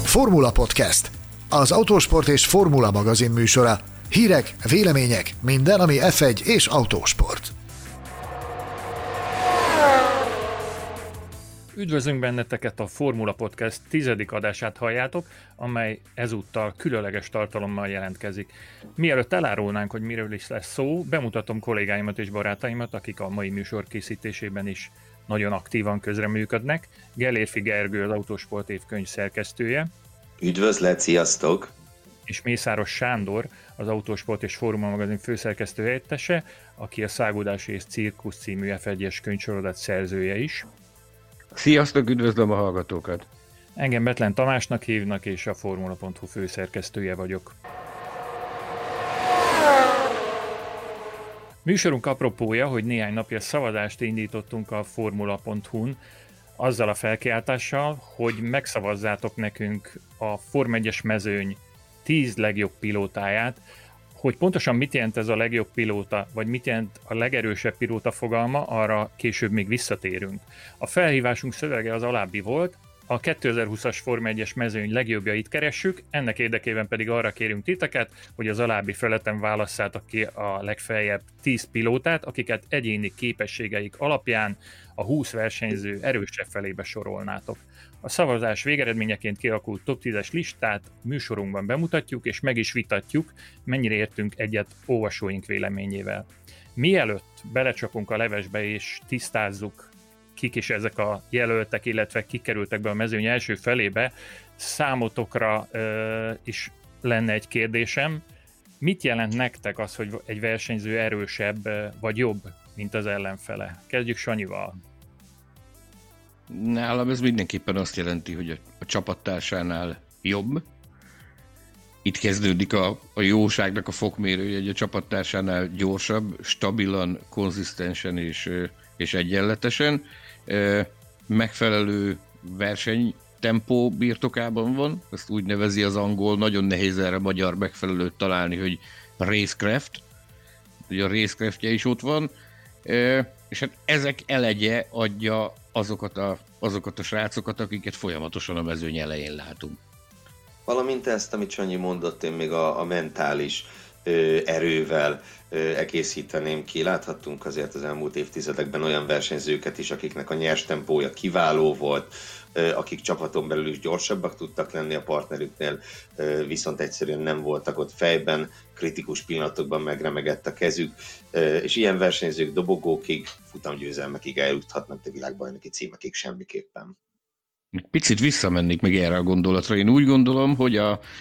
Formula Podcast, az autósport és formula magazin műsora. Hírek, vélemények, minden, ami F1 és autósport. Üdvözlünk benneteket, a Formula Podcast 10. adását halljátok, amely ezúttal különleges tartalommal jelentkezik. Mielőtt elárulnánk, hogy miről is lesz szó, bemutatom kollégáimat és barátaimat, akik a mai műsor készítésében is nagyon aktívan közreműködnek. Gellérfi Gergő, az Autósport évkönyv szerkesztője. Üdvözlet, sziasztok! És Mészáros Sándor, az Autósport és Formula magazin főszerkesztő helyettese, aki a Száguldás és Cirkusz című F1-es könyvsorozat szerzője is. Sziasztok, üdvözlöm a hallgatókat! Engem Betlen Tamásnak hívnak, és a Formula.hu főszerkesztője vagyok. Műsorunk apropója, hogy néhány napja szavazást indítottunk a Formula.hu-n, azzal a felkiáltással, hogy megszavazzátok nekünk a Form 1-es mezőny 10 legjobb pilótáját. Hogy pontosan mit jelent ez a legjobb pilóta, vagy mit jelent a legerősebb pilóta fogalma, arra később még visszatérünk. A felhívásunk szövege az alábbi volt: a 2020-as Form 1-es mezőny legjobbjait keressük, ennek érdekében pedig arra kérünk titeket, hogy az alábbi feleten válasszátok ki a legfeljebb 10 pilótát, akiket egyéni képességeik alapján a 20 versenyző erősebb felébe sorolnátok. A szavazás végeredményeként kialakult top 10-es listát műsorunkban bemutatjuk, és meg is vitatjuk, mennyire értünk egyet olvasóink véleményével. Mielőtt belecsapunk a levesbe és tisztázzuk, kik is ezek a jelöltek, illetve kik kerültek be a mezőny első felébe, számotokra is lenne egy kérdésem. Mit jelent nektek az, hogy egy versenyző erősebb vagy jobb, mint az ellenfele? Kezdjük Sanyival. Nálam ez mindenképpen azt jelenti, hogy a csapattársánál jobb. Itt kezdődik a jóságnak a fokmérője, hogy a csapattársánál gyorsabb, stabilan, konzisztensen és egyenletesen. Megfelelő versenytempó birtokában van, ezt úgy nevezi az angol, nagyon nehéz erre magyar megfelelőt találni, hogy racecraft, ugye a racecraftje is ott van, és hát ezek elegye adja azokat a srácokat, akiket folyamatosan a mezőny elején látunk. Valamint ezt, amit Sanyi mondott, én még a mentális erővel egészíteném ki. Láthattunk azért az elmúlt évtizedekben olyan versenyzőket is, akiknek a nyers tempója kiváló volt, akik csapaton belül is gyorsabbak tudtak lenni a partnerüknél, viszont egyszerűen nem voltak ott fejben, kritikus pillanatokban megremegett a kezük, és ilyen versenyzők dobogókig, futamgyőzelmekig eljuthatnak, de világbajnoki címekig semmiképpen. Picit visszamennék meg erre a gondolatra. Én úgy gondolom, hogy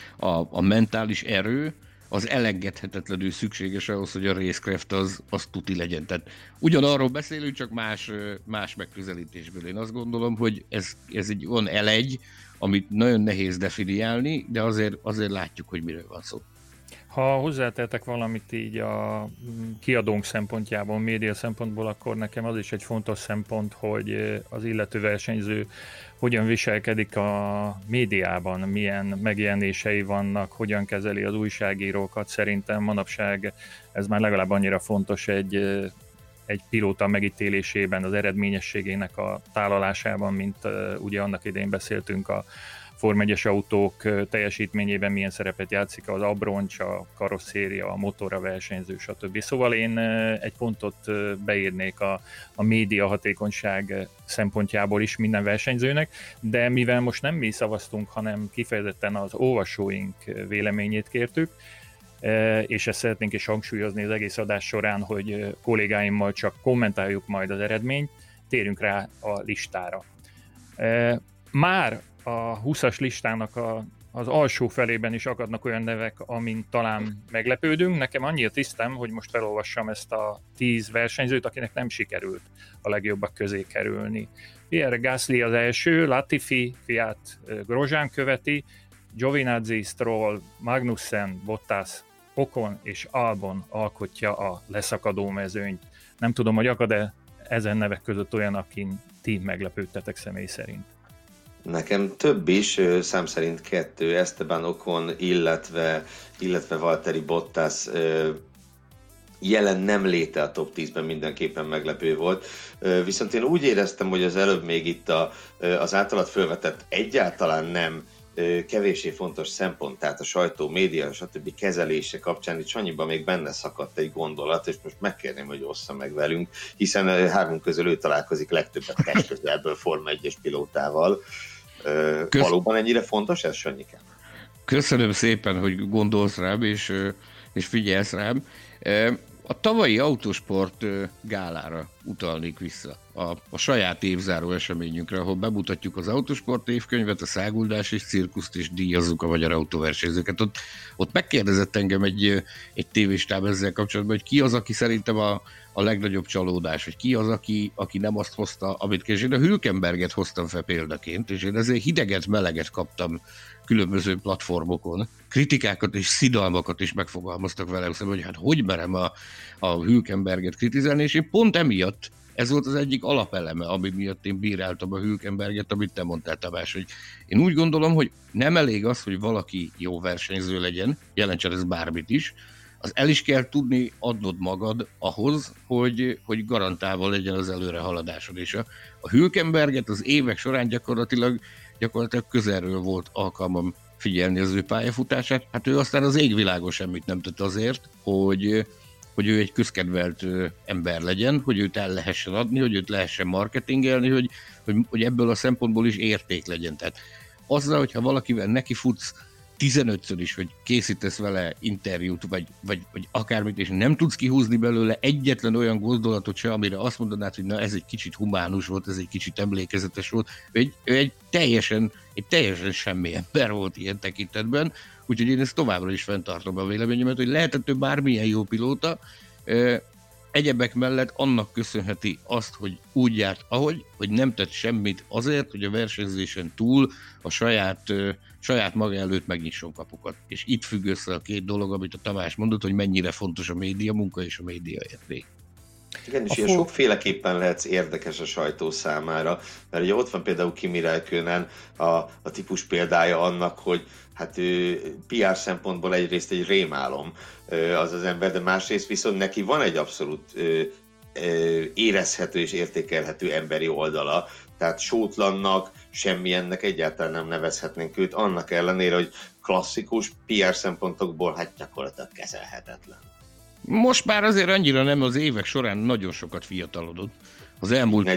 a mentális erő az elengedhetetlenül szükséges ahhoz, hogy a racecraft az tuti legyen. Tehát ugyanarról beszélünk, csak más megközelítésből. Én azt gondolom, hogy ez egy olyan elegy, amit nagyon nehéz definiálni, de azért látjuk, hogy miről van szó. Ha hozzátettek valamit így a kiadónk szempontjából, média szempontból, akkor nekem az is egy fontos szempont, hogy az illető versenyző hogyan viselkedik a médiában, milyen megjelenései vannak, hogyan kezeli az újságírókat. Szerintem manapság ez már legalább annyira fontos egy pilóta megítélésében, az eredményességének a tálalásában, mint ugye annak idején beszéltünk a Form 1-es autók teljesítményében milyen szerepet játszik az abroncs, a karosszéria, a motor, a versenyző, stb. Szóval én egy pontot beírnék a média hatékonyság szempontjából is minden versenyzőnek, de mivel most nem mi szavaztunk, hanem kifejezetten az olvasóink véleményét kértük, és ezt szeretnénk is hangsúlyozni az egész adás során, hogy kollégáimmal csak kommentáljuk majd az eredményt, térjünk rá a listára. Már a 20-as listának az alsó felében is akadnak olyan nevek, amin talán meglepődünk. Nekem annyira tisztem, hogy most felolvassam ezt a 10 versenyzőt, akinek nem sikerült a legjobbak közé kerülni. Pierre Gasly az első, Latifi, Kvyat, Grosjean követi, Giovinazzi, Stroll, Magnussen, Bottas, Ocon és Albon alkotja a leszakadó mezőnyt. Nem tudom, hogy akad-e ezen nevek között olyan, akin ti meglepődtetek személy szerint. Nekem több is, szám szerint 2, Esteban Ocon, illetve Valtteri Bottas jelen nem léte a top 10-ben mindenképpen meglepő volt. Viszont én úgy éreztem, hogy az előbb még itt az általad felvetett egyáltalán nem kevéssé fontos szempont, tehát a sajtó, média, stb. Kezelése kapcsán itt Sanyiban még benne szakadt egy gondolat, és most megkérném, hogy ossza meg velünk, hiszen hármunk közül ő találkozik legtöbbet testközelből Forma 1-es pilótával. Valóban ennyire fontos ez, Sanyikám? Köszönöm szépen, hogy gondolsz rám, és figyelsz rám. A tavalyi autósport gálára utalnék vissza, a saját évzáró eseményünkre, ahol bemutatjuk az autósport évkönyvet, a száguldás és cirkuszt, és díjazzuk a magyar autóversenyzőket. Ott megkérdezett engem egy tévéstáb ezzel kapcsolatban, hogy ki az, aki szerintem a legnagyobb csalódás, hogy ki az, aki nem azt hozta, amit kell. Én a Hülkenberget hoztam fel példaként, és én ezért hideget, meleget kaptam különböző platformokon. Kritikákat és szidalmakat is megfogalmaztak velem szemben, hogy hát hogy merem a Hülkenberget kritizálni, és én pont emiatt, ez volt az egyik alapeleme, ami miatt én bíráltam a Hülkenberget, amit te mondtál, Tamás, hogy én úgy gondolom, hogy nem elég az, hogy valaki jó versenyző legyen, jelentsen ez bármit is, az el is kell tudni adnod magad ahhoz, hogy garantálva legyen az előrehaladásod. És a Hülkenberget az évek során gyakorlatilag közelről volt alkalmam figyelni az ő pályafutását. Hát ő aztán az égvilágon semmit nem tett azért, hogy ő egy közkedvelt ember legyen, hogy őt el lehessen adni, hogy őt lehessen marketingelni, hogy ebből a szempontból is érték legyen. Tehát azzal, hogyha valakivel nekifutsz 15-ször is, hogy készítesz vele interjút, vagy akármit, és nem tudsz kihúzni belőle egyetlen olyan gondolatot se, amire azt mondanád, hogy na ez egy kicsit humánus volt, ez egy kicsit emlékezetes volt. Ő egy teljesen semmi ember volt ilyen tekintetben, úgyhogy én ezt továbbra is fenntartom a véleményemet, hogy lehetett ő bármilyen jó pilóta, egyebek mellett annak köszönheti azt, hogy úgy járt, hogy nem tett semmit azért, hogy a versenyzésen túl a saját maga előtt megnyisson kapukat. És itt függ össze a két dolog, amit a Tamás mondott, hogy mennyire fontos a média munka és a média érték. Igen, és ilyen sokféleképpen lehetsz érdekes a sajtó számára, mert ugye ott van például Kimi Räikkönen a típus példája annak, hogy hát ő PR szempontból egyrészt egy rémálom az ember, de másrészt viszont neki van egy abszolút érezhető és értékelhető emberi oldala, tehát sótlannak, semmilyennek egyáltalán nem nevezhetnénk őt, annak ellenére, hogy klasszikus PR szempontokból hát gyakorlatilag kezelhetetlen. Most már azért annyira nem, az évek során nagyon sokat fiatalodott. Az elmúlt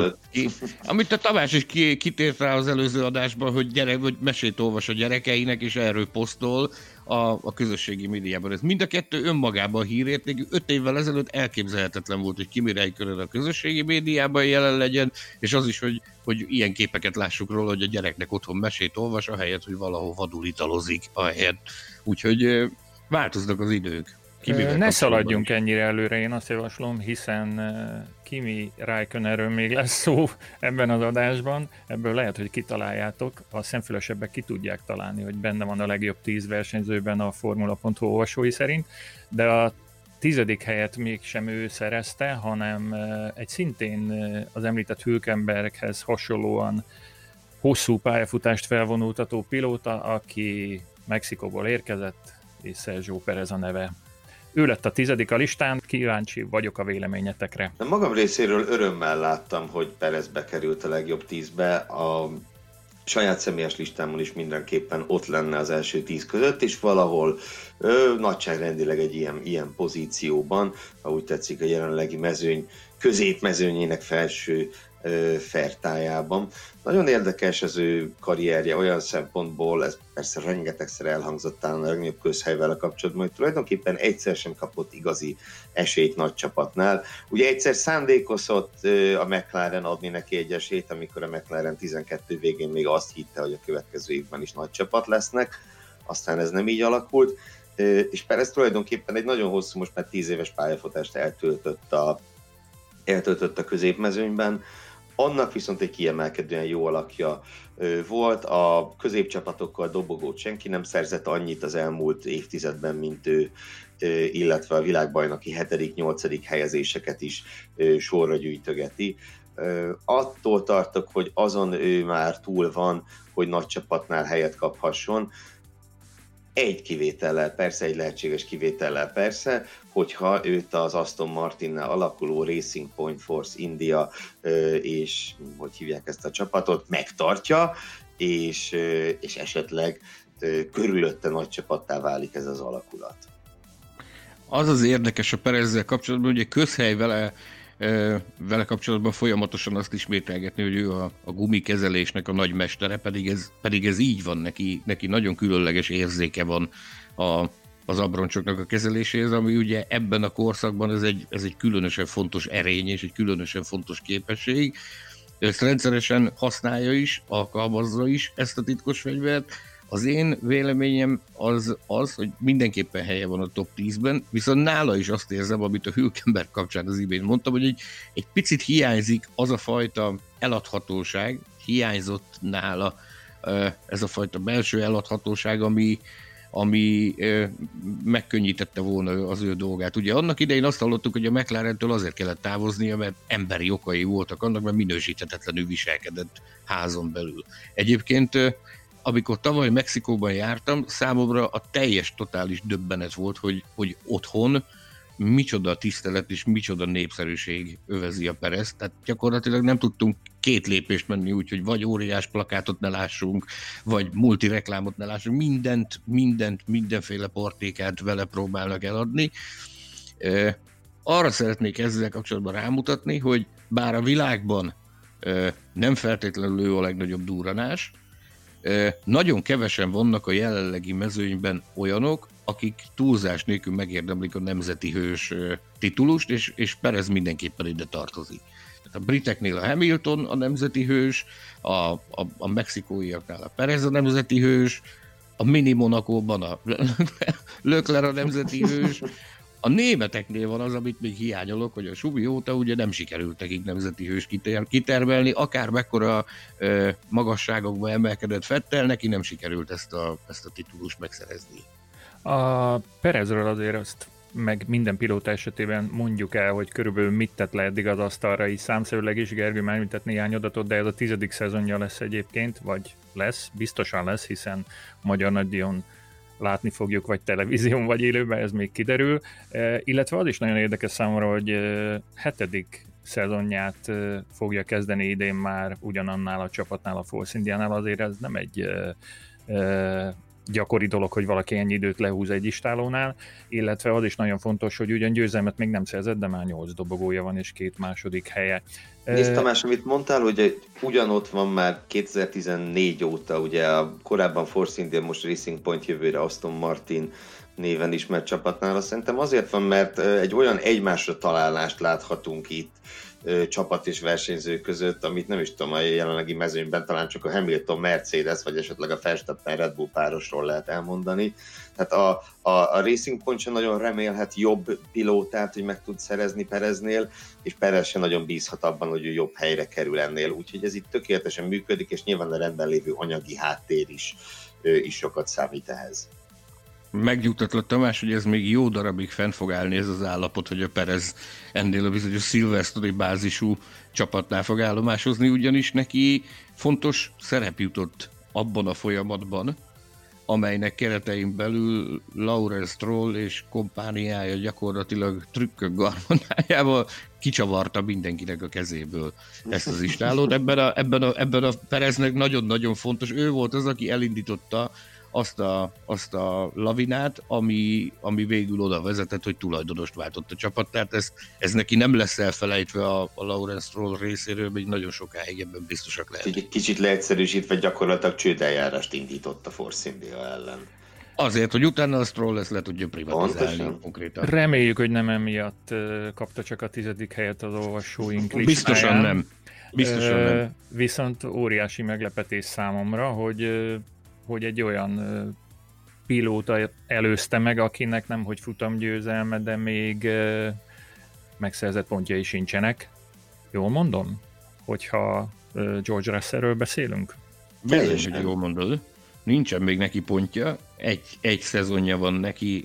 amit a Tamás is kitért rá az előző adásban, hogy mesét olvas a gyerekeinek, és erről posztol a közösségi médiában. Ez mind a kettő önmagában hírértékű. 5 évvel ezelőtt elképzelhetetlen volt, hogy Kimi Räikkönen a közösségi médiában jelen legyen, és az is, hogy ilyen képeket lássuk róla, hogy a gyereknek otthon mesét olvas, ahelyett, hogy valahol vadul italozik ahelyett. Úgyhogy változnak az idők. Ne szaladjunk ennyire előre, én azt javaslom, hiszen Kimi Räikkönenről még lesz szó ebben az adásban, ebből lehet, hogy kitaláljátok, a szemfülesebbek ki tudják találni, hogy benne van a legjobb 10 versenyzőben a Formula.hu olvasói szerint, de a 10. helyet mégsem ő szerezte, hanem egy szintén az említett Hülkenberghez hasonlóan hosszú pályafutást felvonultató pilóta, aki Mexikóból érkezett, és Sergio Perez a neve. Ő lett a 10. a listán, kíváncsi vagyok a véleményetekre. De magam részéről örömmel láttam, hogy Perez bekerült a legjobb 10-be, a saját személyes listámon is mindenképpen ott lenne az első 10 között, és valahol nagyságrendileg egy ilyen pozícióban, ha úgy tetszik, a jelenlegi mezőny, középmezőnyének felső fertájában. Nagyon érdekes az ő karrierje olyan szempontból, ez persze rengetegszer elhangzott talán a legnagyobb közhelyvel a kapcsolatban, hogy tulajdonképpen egyszer sem kapott igazi esélyt nagy csapatnál. Ugye egyszer szándékozott a McLaren adni neki egy esélyt, amikor a McLaren 12 végén még azt hitte, hogy a következő évben is nagy csapat lesznek, aztán ez nem így alakult, és Perez tulajdonképpen egy nagyon hosszú, most már 10 éves pályafutást eltöltött a középmezőnyben. Annak viszont egy kiemelkedően jó alakja volt, a középcsapatokkal dobogót senki nem szerzett annyit az elmúlt évtizedben, mint ő, illetve a világbajnoki 7.-8. helyezéseket is sorra gyűjtögeti. Attól tartok, hogy azon ő már túl van, hogy nagy csapatnál helyet kaphasson. Egy kivétellel persze, egy lehetséges kivétellel persze, hogyha őt az Aston Martinnál alakuló Racing Point Force India, és hogy hívják ezt a csapatot, megtartja, és esetleg körülötte nagy csapattá válik ez az alakulat. Az az érdekes a Perezzel kapcsolatban, hogy közhely vele kapcsolatban folyamatosan azt ismételgetni, hogy ő a gumikezelésnek a nagymestere, pedig ez így van, neki nagyon különleges érzéke van az abroncsoknak a kezeléséhez, ami ugye ebben a korszakban ez egy különösen fontos erény és egy különösen fontos képesség. Ezt rendszeresen használja is, alkalmazza is ezt a titkos fegyvert. Az én véleményem az, hogy mindenképpen helye van a top 10-ben, viszont nála is azt érzem, amit a Hülkenberg kapcsán az imént mondtam, hogy egy picit hiányzik az a fajta eladhatóság, hiányzott nála ez a fajta belső eladhatóság, ami megkönnyítette volna az ő dolgát. Ugye annak idején azt hallottuk, hogy a McLarentől azért kellett távoznia, mert emberi okai voltak annak, mert minősíthetetlenül viselkedett házon belül. Egyébként amikor tavaly Mexikóban jártam, számomra a teljes, totális döbbenet volt, hogy otthon micsoda tisztelet és micsoda népszerűség övezi a Perezt. Tehát gyakorlatilag nem tudtunk 2 lépést menni úgy, hogy vagy óriás plakátot ne lássunk, vagy multireklámot ne lássunk. Mindenféle portékát vele próbálnak eladni. Arra szeretnék ezzel kapcsolatban rámutatni, hogy bár a világban nem feltétlenül ő a legnagyobb durranás, nagyon kevesen vannak a jelenlegi mezőnyben olyanok, akik túlzás nélkül megérdemlik a nemzeti hős titulust, és Perez mindenképpen ide tartozik. Tehát a briteknél a Hamilton a nemzeti hős, a mexikóiaknál a Perez a nemzeti hős, a Mini Monacóban a Leclerc a nemzeti hős. A németeknél van az, amit még hiányolok, hogy a Subi óta ugye nem sikerült nekik nemzeti hős kitermelni, akár mekkora magasságokba emelkedett Vettel, neki nem sikerült ezt a titulust megszerezni. A Perezről azért azt meg minden pilóta esetében mondjuk el, hogy körülbelül mit tett le eddig az asztalra, így számszerűleg is, Gergő már említett néhány adatot, de ez a 10. szezonja lesz egyébként, vagy lesz, biztosan lesz, hiszen Magyar Nagydíjon látni fogjuk, vagy televízión, vagy élőben, ez még kiderül. Illetve az is nagyon érdekes számomra, hogy 7. szezonját fogja kezdeni idén már ugyanannál a csapatnál, a Force Indiánál, azért ez nem egy gyakori dolog, hogy valaki ennyi időt lehúz egy istálónál, illetve az is nagyon fontos, hogy ugyan győzelmet még nem szerzett, de már 8 dobogója van és 2 második helye. Nézd Tamás, amit mondtál, hogy ugyanott van már 2014 óta, ugye a korábban Force India, most Racing Point, jövőre Aston Martin néven ismert csapatnál. Szerintem azért van, mert egy olyan egymásra találást láthatunk itt csapat és versenyző között, amit nem is tudom, a jelenlegi mezőnyben talán csak a Hamilton Mercedes, vagy esetleg a Verstappen Red Bull párosról lehet elmondani. Tehát a Racing Point sem nagyon remélhet jobb pilótát, hogy meg tud szerezni Pereznél, és Perez sem nagyon bízhat abban, hogy ő jobb helyre kerül ennél. Úgyhogy ez itt tökéletesen működik, és nyilván a rendben lévő anyagi háttér is sokat számít ehhez. Megnyugtatlak Tamás, hogy ez még jó darabig fenn fog állni ez az állapot, hogy a Perez ennél a bizonyos Silverstone bázisú csapatnál fog állomásozni, ugyanis neki fontos szerep jutott abban a folyamatban, amelynek keretein belül Lawrence Stroll és kompániája gyakorlatilag trükkök garmondájával kicsavarta mindenkinek a kezéből ezt az istálót. Ebben a Pereznek nagyon-nagyon fontos, ő volt az, aki elindította azt a lavinát, ami végül oda vezetett, hogy tulajdonost váltott a csapat. Tehát ez neki nem lesz elfelejtve a Lawrence Stroll részéről, még nagyon sokáig ebben biztosak lehet. Kicsit leegyszerűsítve gyakorlatilag csődeljárást indított a Force India ellen. Azért, hogy utána a Stroll ezt le tudja privatizálni konkrétan. Reméljük, hogy nem emiatt kapta csak a 10. helyet az olvasóink listáján. Biztosan nem. Viszont óriási meglepetés számomra, hogy egy olyan pilóta előzte meg, akinek nemhogy futamgyőzelme, de még megszerzett pontjai sincsenek. Jól mondom? Hogyha George Russellről beszélünk? Bizony, hogy jól mondod. Nincsen még neki pontja. Egy szezonja van neki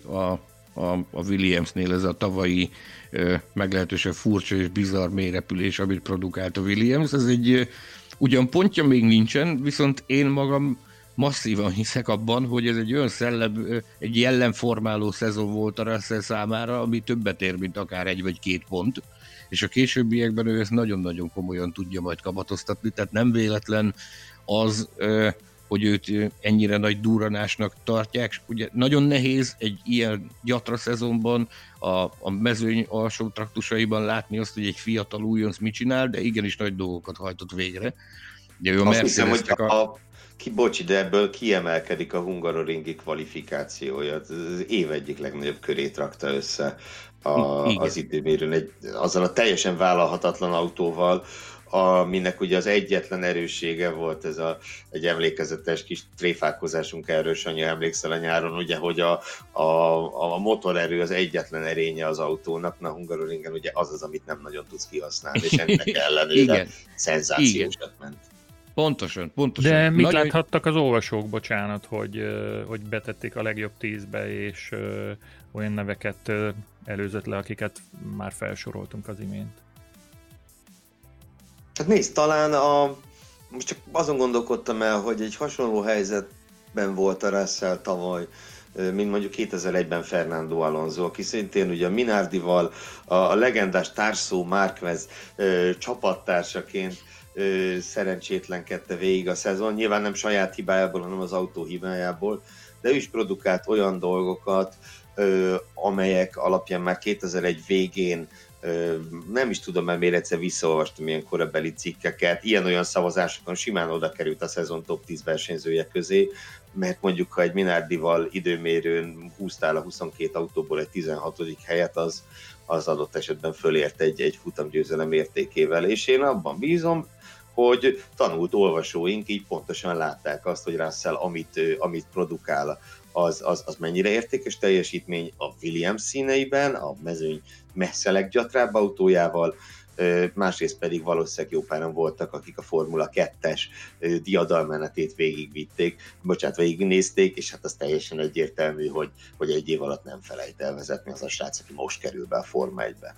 a Williamsnél, ez a tavalyi meglehetősen furcsa és bizarr mélyrepülés, amit produkált a Williams. Ez ugyan pontja még nincsen, viszont én magam masszívan hiszek abban, hogy ez egy olyan egy jellemformáló szezon volt a Russell számára, ami többet ér, mint akár 1 vagy 2 pont, és a későbbiekben ő ezt nagyon-nagyon komolyan tudja majd kamatoztatni, tehát nem véletlen az, hogy őt ennyire nagy durranásnak tartják. Ugye nagyon nehéz egy ilyen gyatra szezonban a mezőny alsó traktusaiban látni azt, hogy egy fiatal újonc mit csinál, de igenis nagy dolgokat hajtott végre. Ugye ő azt hiszem, hogy de ebből kiemelkedik a hungaroringi kvalifikációja. Az év egyik legnagyobb körét rakta össze az időmérőn, azzal a teljesen vállalhatatlan autóval, aminek ugye az egyetlen erőssége volt ez egy emlékezetes kis tréfálkozásunk erről, Sanyi, emlékszel a nyáron, ugye, hogy a motorerő az egyetlen erénye az autónak, na Hungaroringen ugye az, amit nem nagyon tudsz kihasználni, és ennek ellenére szenzációsat ment. Pontosan. De mit láthattak az olvasók, bocsánat, hogy betették a legjobb 10-be, és olyan neveket előzött le, akiket már felsoroltunk az imént? Hát nézd, talán most csak azon gondolkodtam el, hogy egy hasonló helyzetben volt a Russell tavaly, mint mondjuk 2001-ben Fernando Alonso, aki szintén ugye a Minardival a legendás Tarso Márquez csapattársaként szerencsétlenkedte végig a szezon. Nyilván nem saját hibájából, hanem az autó hibájából, de ő is produkált olyan dolgokat, amelyek alapján már 2001 végén nem is tudom, mert még egyszer visszaolvastam ilyen korabeli cikkeket, ilyen-olyan szavazásokon simán oda került a szezon top 10 versenyzője közé, mert mondjuk, ha egy Minardival időmérőn húztál a 22 autóból egy 16. helyet, az adott esetben fölért egy futamgyőzelem értékével, és én abban bízom, hogy tanult olvasóink így pontosan látták azt, hogy Russell, amit produkál, az mennyire értékes teljesítmény a Williams színeiben, a mezőny messze leggyatrább autójával, másrészt pedig valószínűleg jó páran voltak, akik a Formula 2-es diadalmenetét végignézték, és hát az teljesen egyértelmű, hogy egy év alatt nem felejt el vezetni az a srác, aki most kerül be a Forma 1-be.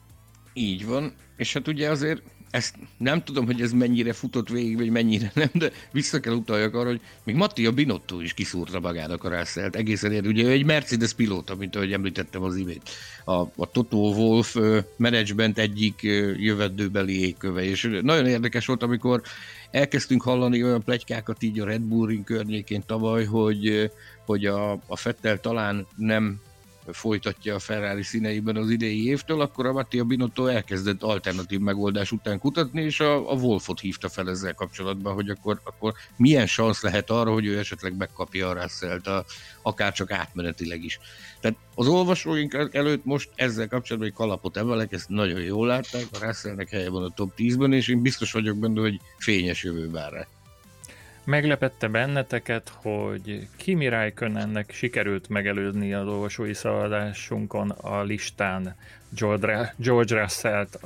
Így van, és hát ugye azért ezt nem tudom, hogy ez mennyire futott végig, vagy mennyire nem, de vissza kell utaljak arra, hogy még Mattia Binotto is kiszúrta magának a Russellt. Egészen érdekes. Ugye egy Mercedes pilóta, mint ahogy említettem az imént. A Toto Wolff management egyik jövendőbeli égköve, és nagyon érdekes volt, amikor elkezdtünk hallani olyan pletykákat így a Red Bull Ring környékén tavaly, hogy a Vettel talán nem folytatja a Ferrari színeiben az idei évtől, akkor a Mattia Binotto elkezdett alternatív megoldás után kutatni, és a Wolffot hívta fel ezzel kapcsolatban, hogy akkor milyen szansz lehet arra, hogy ő esetleg megkapja a Russellt, akár csak átmenetileg is. Tehát az olvasóink előtt most ezzel kapcsolatban egy kalapot emelek, ezt nagyon jól látták, a Russellnek helye van a top 10-ben, és én biztos vagyok benne, hogy fényes jövő vár rá. Meglepette benneteket, hogy Kimi Räikkönennek sikerült megelőzni az olvasói szavazásunkon a listán George Russellt,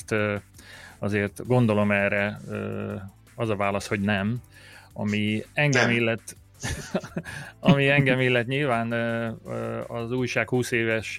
azért gondolom erre az a válasz, hogy nem, ami engem illet nyilván az újság 20 éves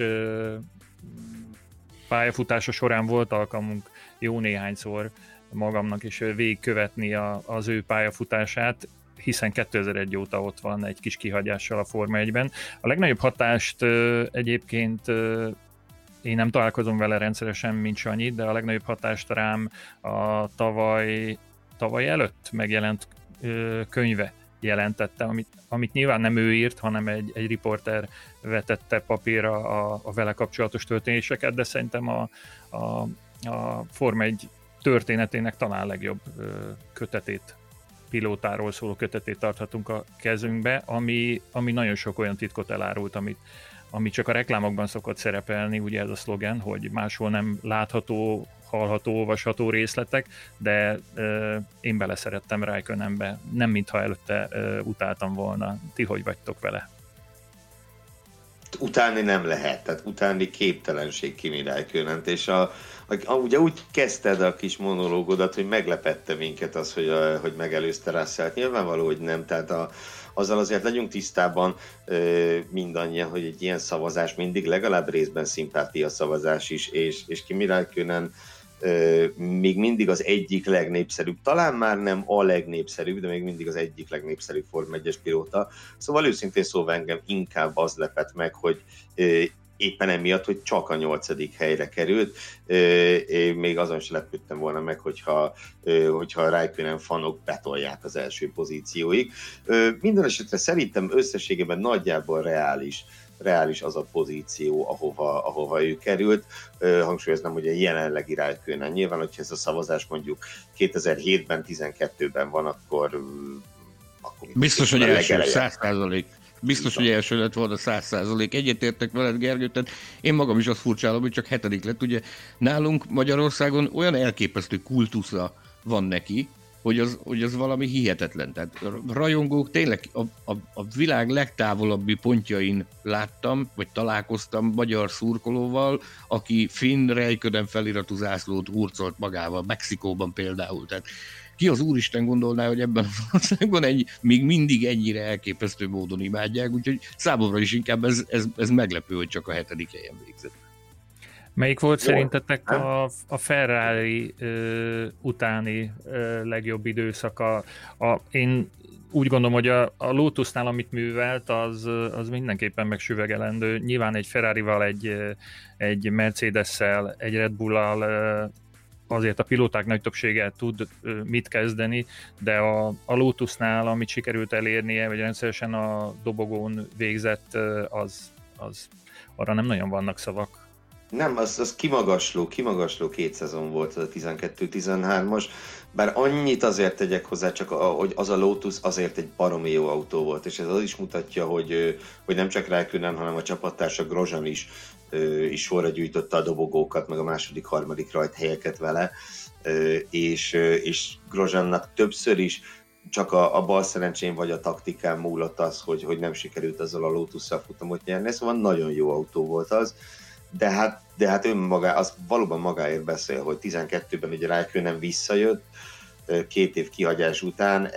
pályafutása során volt alkalmunk jó néhányszor magamnak is végigkövetni az ő pályafutását, hiszen 2001 óta ott van egy kis kihagyással a Forma 1-ben. A legnagyobb hatást egyébként én nem találkozom vele rendszeresen, mint Sanyi, de a legnagyobb hatást rám a tavaly előtt megjelent könyve jelentette, amit nyilván nem ő írt, hanem egy riporter vetette papírra a vele kapcsolatos történéseket, de szerintem a Forma 1 történetének talán legjobb kötetét, pilótáról szóló kötetét tarthatunk a kezünkbe, ami nagyon sok olyan titkot elárult, ami csak a reklámokban szokott szerepelni, ugye ez a szlogen, hogy máshol nem látható, hallható, olvasható részletek, de én beleszerettem Räikkönenbe, nem mintha előtte utáltam volna. Ti hogy vagytok vele? Utálni nem lehet, tehát utálni képtelenség Kimi Räikkönent, és ugye úgy kezdted a kis monológodat, hogy meglepette minket az, hogy megelőzte Russellt. Nyilvánvaló, hogy nem, tehát azzal azért legyünk tisztában mindannyian, hogy egy ilyen szavazás mindig legalább részben szimpátia szavazás is, és Kimi Räikkönen még mindig az egyik legnépszerűbb, talán már nem a legnépszerűbb, de még mindig az egyik legnépszerűbb Forma 1-es pilóta. Szóval őszintén szóval engem inkább az lepett meg, hogy éppen emiatt, hogy csak a 8. helyre került. Én még azon is lepődtem volna meg, hogyha a Räikkönen fanok betolják az első pozícióig. Minden esetre szerintem összességében nagyjából reális az a pozíció, ahova ő került. Hangsúlyoznám, hogy a jelenlegi Räikkönen. Nyilván, hogyha ez a szavazás mondjuk 2007-ben, 12-ben van, akkor biztos, hogy első 100%. Biztos, hogy első lett volna 100%. Egyetértek veled, Gergő, tehát én magam is azt furcsálom, hogy csak 7. lett. Ugye nálunk Magyarországon olyan elképesztő kultusza van neki, hogy az valami hihetetlen. Tehát rajongók tényleg a világ legtávolabbi pontjain láttam, vagy találkoztam magyar szurkolóval, aki finn Räikkönen feliratú zászlót hurcolt magával, Mexikóban például. Tehát ki az úristen gondolná, hogy ebben az országban még mindig ennyire elképesztő módon imádják, úgyhogy számomra is inkább ez meglepő, hogy csak a 7. helyen végzett. Melyik volt szerintetek a Ferrari utáni legjobb időszaka? Én úgy gondolom, hogy a Lotusnál, amit művelt, az mindenképpen megsüvegelendő. Nyilván egy Ferrarival, egy Mercedes-szel, egy Red Bull-al azért a pilóták nagy többsége tud mit kezdeni, de a Lotusnál, amit sikerült elérnie, vagy rendszeresen a dobogón végzett, az arra nem nagyon vannak szavak. Nem, az kimagasló 2 szezon volt a 12-13-as, bár annyit azért tegyek hozzá, csak hogy az a Lotus azért egy baromi jó autó volt, és ez az is mutatja, hogy nem csak Räikkönen, hanem a csapattársa Grosjean is sorra gyűjtötte a dobogókat, meg a második, harmadik rajthelyeket vele, és Grosjeannak többször is csak a bal szerencsén vagy a taktikán múlott az, hogy nem sikerült azzal a Lotusszal futamot nyerni, szóval nagyon jó autó volt az, de hát az valóban magáért beszél, hogy 12-ben ugye Räikkönen visszajött, 2 év kihagyás után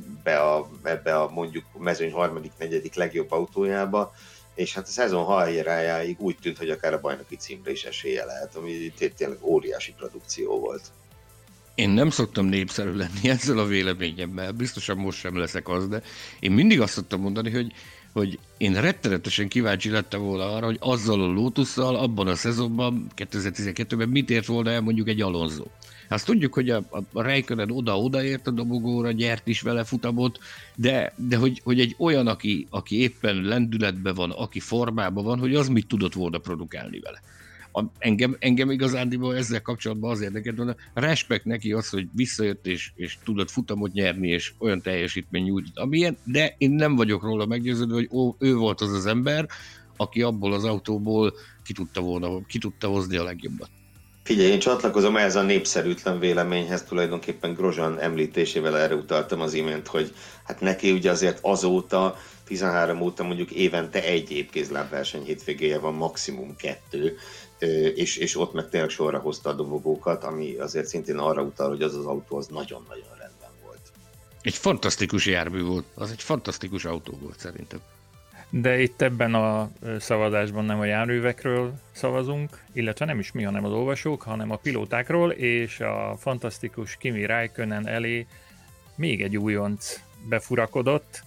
ebbe a mondjuk mezőny 3.-4. legjobb autójába, és hát a szezon hajrájáig úgy tűnt, hogy akár a bajnoki címre is esélye lehet, ami tényleg óriási produkció volt. Én nem szoktam népszerű lenni ezzel a véleményemmel, biztosan most sem leszek az, de én mindig azt szoktam mondani, hogy én rettenetesen kíváncsi lettem volna arra, hogy azzal a Lotusszal abban a szezonban, 2012-ben mit ért volna el mondjuk egy Alonso. Azt tudjuk, hogy a Räikkönen oda-odaért a dobogóra, nyert is vele futamot, de hogy egy olyan, aki éppen lendületben van, aki formában van, hogy az mit tudott volna produkálni vele. Engem igazándiból ezzel kapcsolatban az érdekelt, hogy respekt neki az, hogy visszajött és tudott futamot nyerni, és olyan teljesítmény nyújtott, amilyen, de én nem vagyok róla meggyőződve, hogy ő volt az ember, aki abból az autóból ki tudta hozni a legjobbat. Figyelj, én csatlakozom ehhez a népszerűtlen véleményhez, tulajdonképpen Grosjean említésével erre utaltam az imént, hogy hát neki ugye azért azóta, 13 óta mondjuk évente 1 épkézlábverseny hétvégéje van, maximum 2, és ott meg tényleg sorra hozta a dobogókat, ami azért szintén arra utal, hogy az autó az nagyon-nagyon rendben volt. Egy fantasztikus jármű volt, az egy fantasztikus autó volt szerintem. De itt ebben a szavazásban nem a járművekről szavazunk, illetve nem is mi, hanem az olvasók, hanem a pilótákról, és a fantasztikus Kimi Räikkönen elé még egy újonc befurakodott,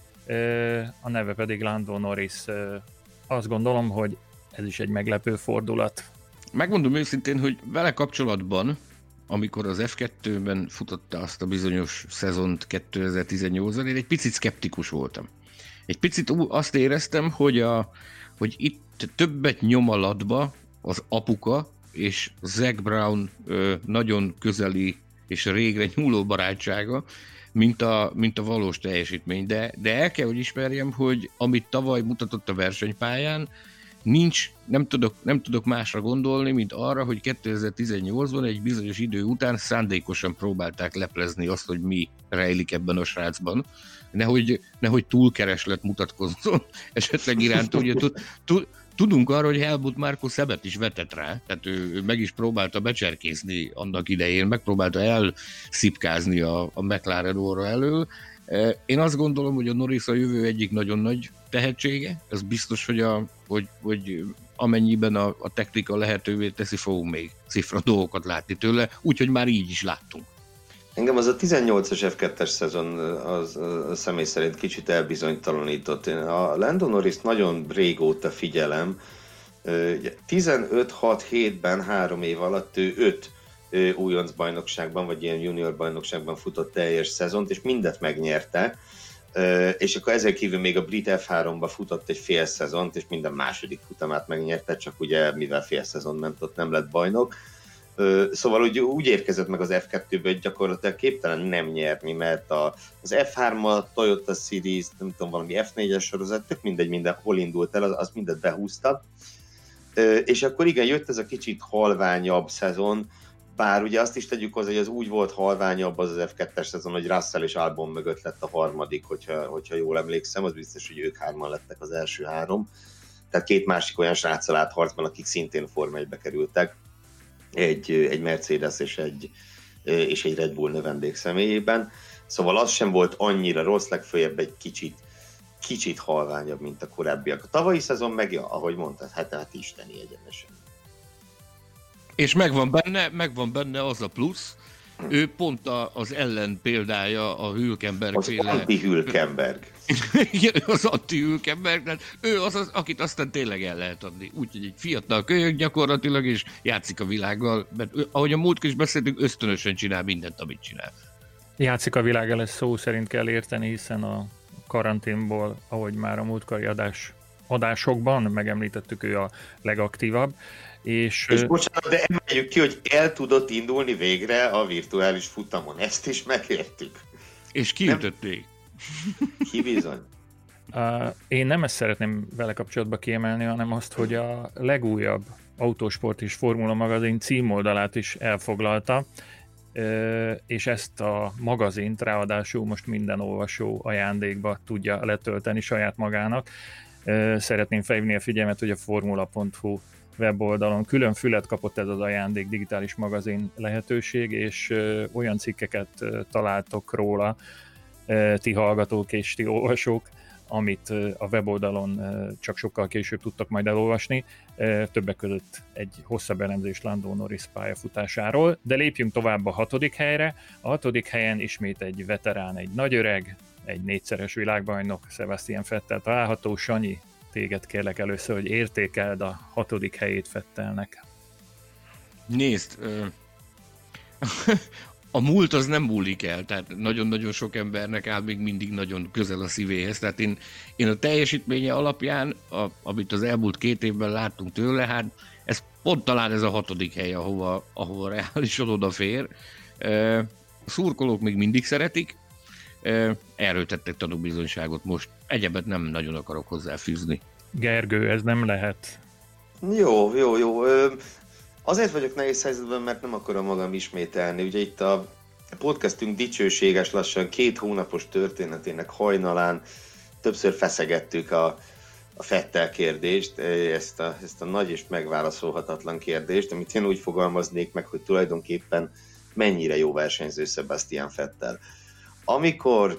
a neve pedig Lando Norris. Azt gondolom, hogy ez is egy meglepő fordulat. Megmondom őszintén, hogy vele kapcsolatban, amikor az F2-ben futotta azt a bizonyos szezont 2018-ban, én egy picit szkeptikus voltam. Egy picit azt éreztem, hogy itt többet nyom a latba az apuka és Zac Brown nagyon közeli és régre nyúló barátsága, mint a valós teljesítmény. De el kell, hogy ismerjem, hogy amit tavaly mutatott a versenypályán, nem tudok másra gondolni, mint arra, hogy 2018-ban egy bizonyos idő után szándékosan próbálták leplezni azt, hogy mi rejlik ebben a srácban. Nehogy túlkereslet mutatkozzon esetleg iránt. Ugye tudunk arra, hogy Helmut Marko Sebet is vetett rá, tehát ő meg is próbálta becserkészni annak idején, megpróbálta elszipkázni a McLaren óra elől. Én azt gondolom, hogy a Norris a jövő egyik nagyon nagy tehetsége, ez biztos, hogy amennyiben a technika lehetővé teszi, fogunk még cifra dolgokat látni tőle, úgyhogy már így is láttunk. Engem az a 18-as F2-es szezon az személy szerint kicsit elbizonytalanított. Én a Lando Norris nagyon régóta figyelem, Ugye 15-6-7-ben 3 év alatt ő 5 újonc bajnokságban, vagy ilyen junior bajnokságban futott teljes szezont, és mindet megnyerte. És akkor ezen kívül még a brit F3-ba futott egy fél szezont, és minden második futamát megnyerte, csak ugye mivel fél szezon ment, ott nem lett bajnok. Szóval úgy érkezett meg az F2-ből, hogy gyakorlatilag képtelen nem nyerni, mert az F3, a Toyota Series, nem tudom, valami F4-es sorozat, tök mindegy, minden hol indult el, az mindet behúzta. És akkor igen, jött ez a kicsit halványabb szezon, bár ugye azt is tegyük hozzá, hogy az úgy volt halványabb az F2-es szezon, hogy Russell és Albon mögött lett a harmadik, hogyha jól emlékszem, az biztos, hogy ők 3-an lettek az első 3. Tehát 2 másik olyan sráccal állt harcban, akik szintén Forma 1-be kerültek, egy Mercedes és egy Red Bull növendék személyében. Szóval az sem volt annyira rossz, legfőjebb egy kicsit halványabb, mint a korábbiak. A tavalyi szezon meg, ahogy mondtad, hát isteni egyenesen. És megvan benne az a plusz, ő pont az ellen példája a Hülkenberg féle... Az anti-Hülkenberg. Az anti-Hülkenberg, tehát ő az, akit aztán tényleg el lehet adni. Úgyhogy egy fiatal kölyök gyakorlatilag, és játszik a világgal, mert ahogy a múltkor is beszéltünk, ösztönösen csinál mindent, amit csinál. Játszik a világgal, ezt szó szerint kell érteni, hiszen a karanténból, ahogy már a múltkori adásokban megemlítettük, ő a legaktívabb. És bocsánat, de emeljük ki, hogy el tudott indulni végre a virtuális futamon. Ezt is megértük. És kiütötték. Ki bizony? Én nem ezt szeretném vele kapcsolatban kiemelni, hanem azt, hogy a legújabb Autósport és Formula magazin címoldalát is elfoglalta, és ezt a magazint ráadásul most minden olvasó ajándékba tudja letölteni saját magának. Szeretném felhívni a figyelmet, hogy a formula.hu weboldalon külön fület kapott ez az ajándék digitális magazin lehetőség, és olyan cikkeket találtok róla, ti hallgatók és ti olvasók, amit a weboldalon csak sokkal később tudtak majd elolvasni, többek között egy hosszabb elemzés Lando Norris pályafutásáról, de lépjünk tovább a 6. helyre. A 6. helyen ismét egy veterán, egy nagyöreg, egy 4-szeres világbajnok, Sebastian Vettel található. Sanyi, téged kérlek először, hogy értékeld a 6. helyét Vettelnek. Nézd, a múlt az nem múlik el, tehát nagyon-nagyon sok embernek áll még mindig nagyon közel a szívéhez. Tehát én a teljesítménye alapján, amit az elmúlt 2 évben láttunk tőle, hát ez pont talán ez a 6. hely, ahova reálisan odafér. A szurkolók még mindig szeretik, erről tettek tanúbizonyságot most. Egyebet nem nagyon akarok hozzáfűzni. Gergő, ez nem lehet. Jó. Azért vagyok nehéz helyzetben, mert nem akarom magam ismételni. Ugye itt a podcastünk dicsőséges lassan 2 hónapos történetének hajnalán többször feszegettük a Vettel kérdést, ezt a nagy és megválaszolhatatlan kérdést, amit én úgy fogalmaznék meg, hogy tulajdonképpen mennyire jó versenyző Sebastian Vettel. Amikor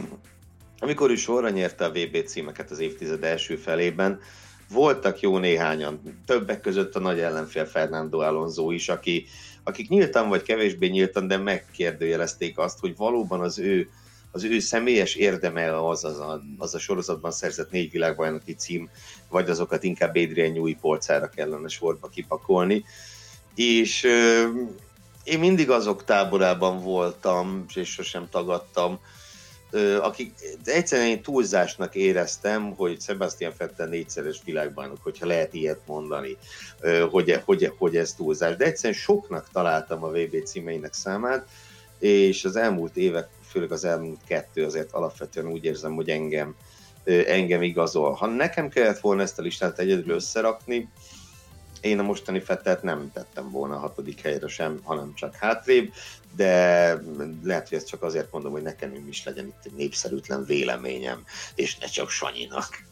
ő sorra nyerte a VB címeket az évtized első felében, voltak jó néhányan, többek között a nagy ellenfél Fernando Alonso is, akik nyíltan vagy kevésbé nyíltan, de megkérdőjelezték azt, hogy valóban az ő személyes érdeme az a sorozatban szerzett 4 világbajnoki cím, vagy azokat inkább Adrian Newey polcára kellene sorba kipakolni. És én mindig azok táborában voltam, és sosem tagadtam, akik egyszerűen én túlzásnak éreztem, hogy Sebastian Vettel 4-szeres világbajnok, hogyha lehet ilyet mondani, hogy ez túlzás. De egyszerűen soknak találtam a VB címeinek számát, és az elmúlt évek, főleg az elmúlt 2 azért alapvetően úgy érzem, hogy engem igazol. Ha nekem kellett volna ezt a listát egyedül összerakni, én a mostani Vettelt nem tettem volna a 6. helyre sem, hanem csak hátrébb, de lehet, hogy ezt csak azért mondom, hogy nekem is legyen itt egy népszerűtlen véleményem, és ne csak Sanyinak.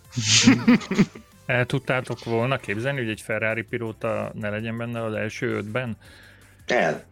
El tudtátok volna képzelni, hogy egy Ferrari pilóta ne legyen benne az első 5-ben?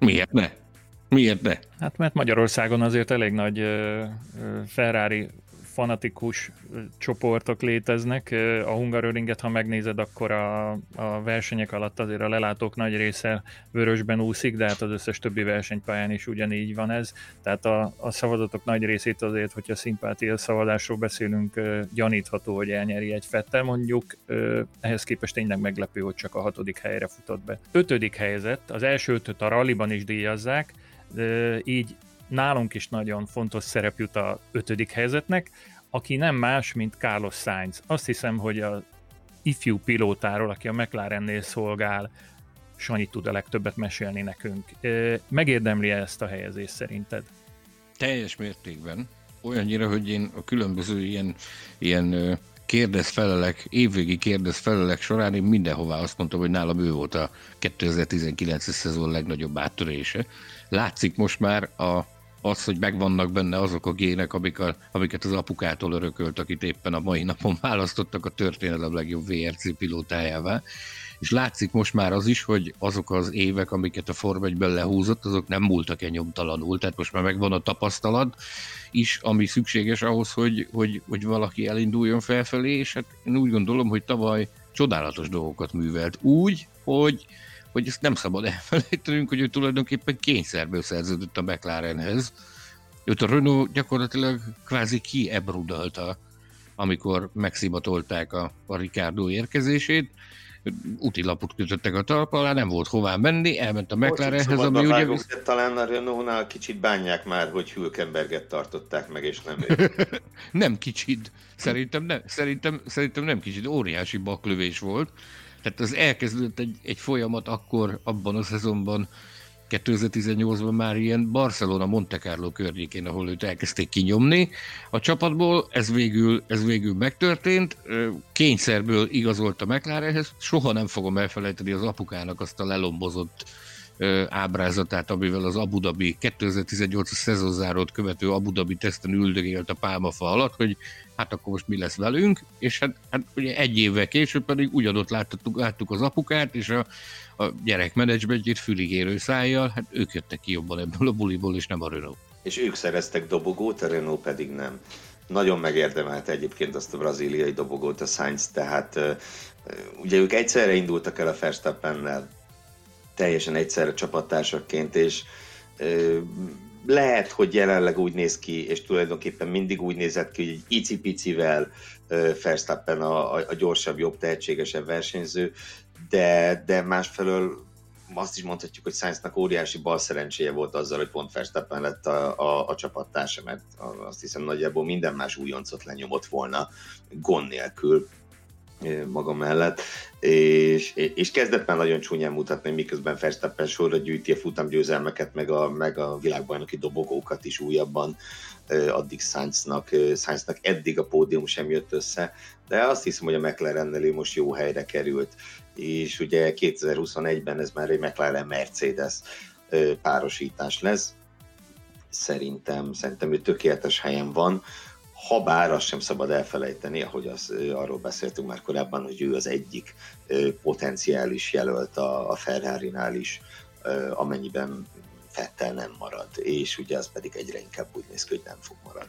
Miért ne? Hát mert Magyarországon azért elég nagy Ferrari fanatikus csoportok léteznek. A Hungaroringet, ha megnézed, akkor a versenyek alatt azért a lelátók nagy része vörösben úszik, de hát az összes többi versenypályán is ugyanígy van ez. Tehát a szavazatok nagy részét azért, hogyha szimpátia szavazásról beszélünk, gyanítható, hogy elnyeri egy Vettel mondjuk. Ehhez képest tényleg meglepő, hogy csak a 6. helyre futott be. 5. helyezett, az első 5-öt a ralliban is díjazzák, így nálunk is nagyon fontos szerep jut a 5. helyezettnek, aki nem más, mint Carlos Sainz. Azt hiszem, hogy az ifjú pilótáról, aki a McLarennél szolgál, Sanyi tud a legtöbbet mesélni nekünk. Megérdemli ezt a helyezést szerinted? Teljes mértékben. Olyannyira, hogy én a különböző ilyen kérdez-felelek, évvégi kérdez-felelek során én mindenhová azt mondtam, hogy nálam ő volt a 2019-es szezon legnagyobb áttörése. Látszik most már az, hogy megvannak benne azok a gének, amiket az apukától örökölt, akit éppen a mai napon választottak a történelem legjobb VRC pilótájává. És látszik most már az is, hogy azok az évek, amiket a Forma 1-ben lehúzott, azok nem múltak-e nyomtalanul, tehát most már megvan a tapasztalat is, ami szükséges ahhoz, hogy valaki elinduljon felfelé, és hát én úgy gondolom, hogy tavaly csodálatos dolgokat művelt úgy, hogy ezt nem szabad elfelejtenünk, hogy ő tulajdonképpen kényszerből szerződött a McLarenhez. Őt a Renault gyakorlatilag kvázi kiebrudalta, amikor megszimatolták a Ricciardo érkezését. Útilapot kötöttek a talpa alá, nem volt hová menni, elment a McLarenhez, ami ugye... Talán a Renault-nál kicsit bánják már, hogy Hülkenberget tartották meg, és nem ő. Nem kicsit. Szerintem nem kicsit. Óriási baklövés volt. Tehát az elkezdődött egy folyamat akkor, abban a szezonban, 2018-ban már ilyen Barcelona-Monte Carlo környékén, ahol őt elkezdték kinyomni. A csapatból ez végül megtörtént, kényszerből igazolt a McLarenhez, soha nem fogom elfelejteni az apukának azt a lelombozott ábrázatát, amivel az Abu Dhabi 2018-as szezonzárót követő Abu Dhabi teszten üldögélt a pálmafa alatt, hogy hát akkor most mi lesz velünk, és hát ugye egy évvel később pedig ugyanott láttuk az apukát, és a gyerek menedzsmentjét füligérő szájjal, hát ők jöttek ki jobban ebből a buliból, és nem a Renault. És ők szereztek dobogót, a Renault pedig nem. Nagyon megérdemelte egyébként azt a brazíliai dobogót a Sainz, tehát ugye ők egyszerre indultak el a Verstappennel, teljesen egyszerre csapattársakként, és lehet, hogy jelenleg úgy néz ki, és tulajdonképpen mindig úgy nézett ki, hogy egy icipicivel Verstappen a gyorsabb, jobb, tehetségesebb versenyző, de másfelől azt is mondhatjuk, hogy Sainznak óriási balszerencséje volt azzal, hogy pont Verstappen lett a csapattársa, mert azt hiszem nagyjából minden más újoncot lenyomott volna gond nélkül maga mellett, és kezdett már nagyon csúnyán mutatni, miközben Verstappen sorra gyűjti a futamgyőzelmeket, meg a világbajnoki dobogókat is újabban, addig Sainznak eddig a pódium sem jött össze, de azt hiszem, hogy a McLarennel most jó helyre került, és ugye 2021-ben ez már egy McLaren-Mercedes párosítás lesz. Szerintem ő tökéletes helyen van, ha bár azt sem szabad elfelejteni, ahogy arról beszéltünk már korábban, hogy ő az egyik potenciális jelölt a Ferrarinál is, amennyiben Vettel nem marad, és ugye az pedig egyre inkább úgy néz ki, hogy nem fog maradni.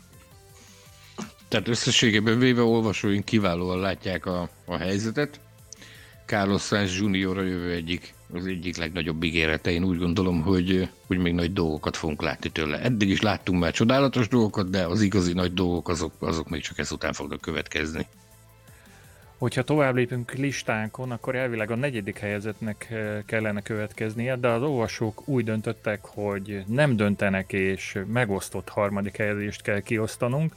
Tehát összességében véve olvasóink kiválóan látják a helyzetet. Carlos Sainz Junior a jövő az egyik legnagyobb ígérete. Én úgy gondolom, hogy még nagy dolgokat fogunk látni tőle. Eddig is láttunk már csodálatos dolgokat, de az igazi nagy dolgok azok még csak ezután fognak következni. Hogyha tovább lépünk listánkon, akkor elvileg a 4. helyezettnek kellene következnie, de az olvasók úgy döntöttek, hogy nem döntenek, és megosztott 3. helyezést kell kiosztanunk.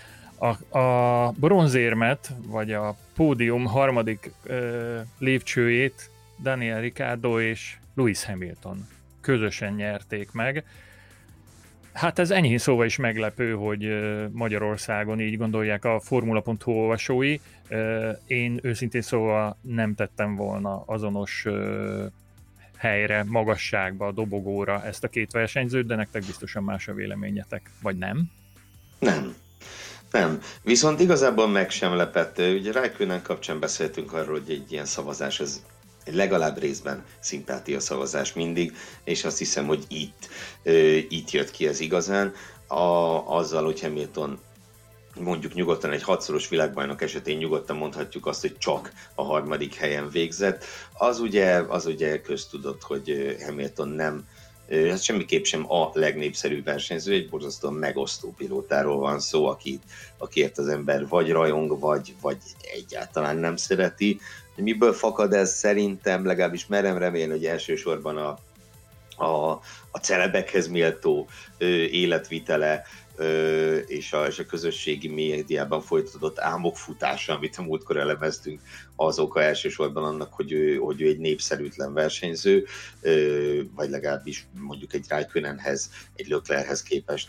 A bronzérmet, vagy a pódium 3. lépcsőjét Daniel Ricciardo és Lewis Hamilton közösen nyerték meg. Hát ez enyhén szóval is meglepő, hogy Magyarországon így gondolják a Formula.hu olvasói. Én őszintén szóval nem tettem volna azonos helyre, magasságba, dobogóra ezt a két versenyzőt, de nektek biztosan más a véleményetek, vagy nem? Nem. Viszont igazából meg sem lepett. Ugye Räikkönen kapcsán beszéltünk arról, hogy egy ilyen szavazás az legalább részben szimpátia szavazás mindig, és azt hiszem, hogy itt jött ki az igazán. Azzal, hogy Hamilton mondjuk nyugodtan egy 6-szoros világbajnok esetén nyugodtan mondhatjuk azt, hogy csak a 3. helyen végzett. Az ugye köztudott, hogy Hamilton nem, hát semmiképp sem a legnépszerűbb versenyző, egy borzasztóan megosztó pilótáról van szó, akiért az ember vagy rajong, vagy egyáltalán nem szereti. Miből fakad ez? Szerintem, legalábbis merem remélni, hogy elsősorban a celebekhez méltó életvitele, és a közösségi médiában folytatott álmok futása, amit a múltkor elemeztünk, az oka elsősorban annak, hogy ő egy népszerűtlen versenyző, vagy legalábbis mondjuk egy Raikkonenhez, egy Leclerchez képest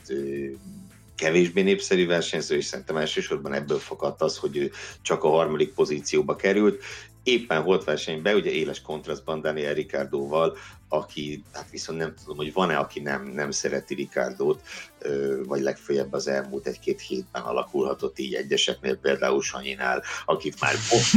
kevésbé népszerű versenyző, és szerintem elsősorban ebből fakadt az, hogy ő csak a 3. pozícióba került. Éppen volt versenyben, ugye éles kontrasztban Daniel Ricciardóval, aki, hát viszont nem tudom, hogy van-e, aki nem szereti Ricciardót, vagy legfeljebb az elmúlt 1-2 hétben alakulhatott így egyeseknél, például Sanyinál, akit már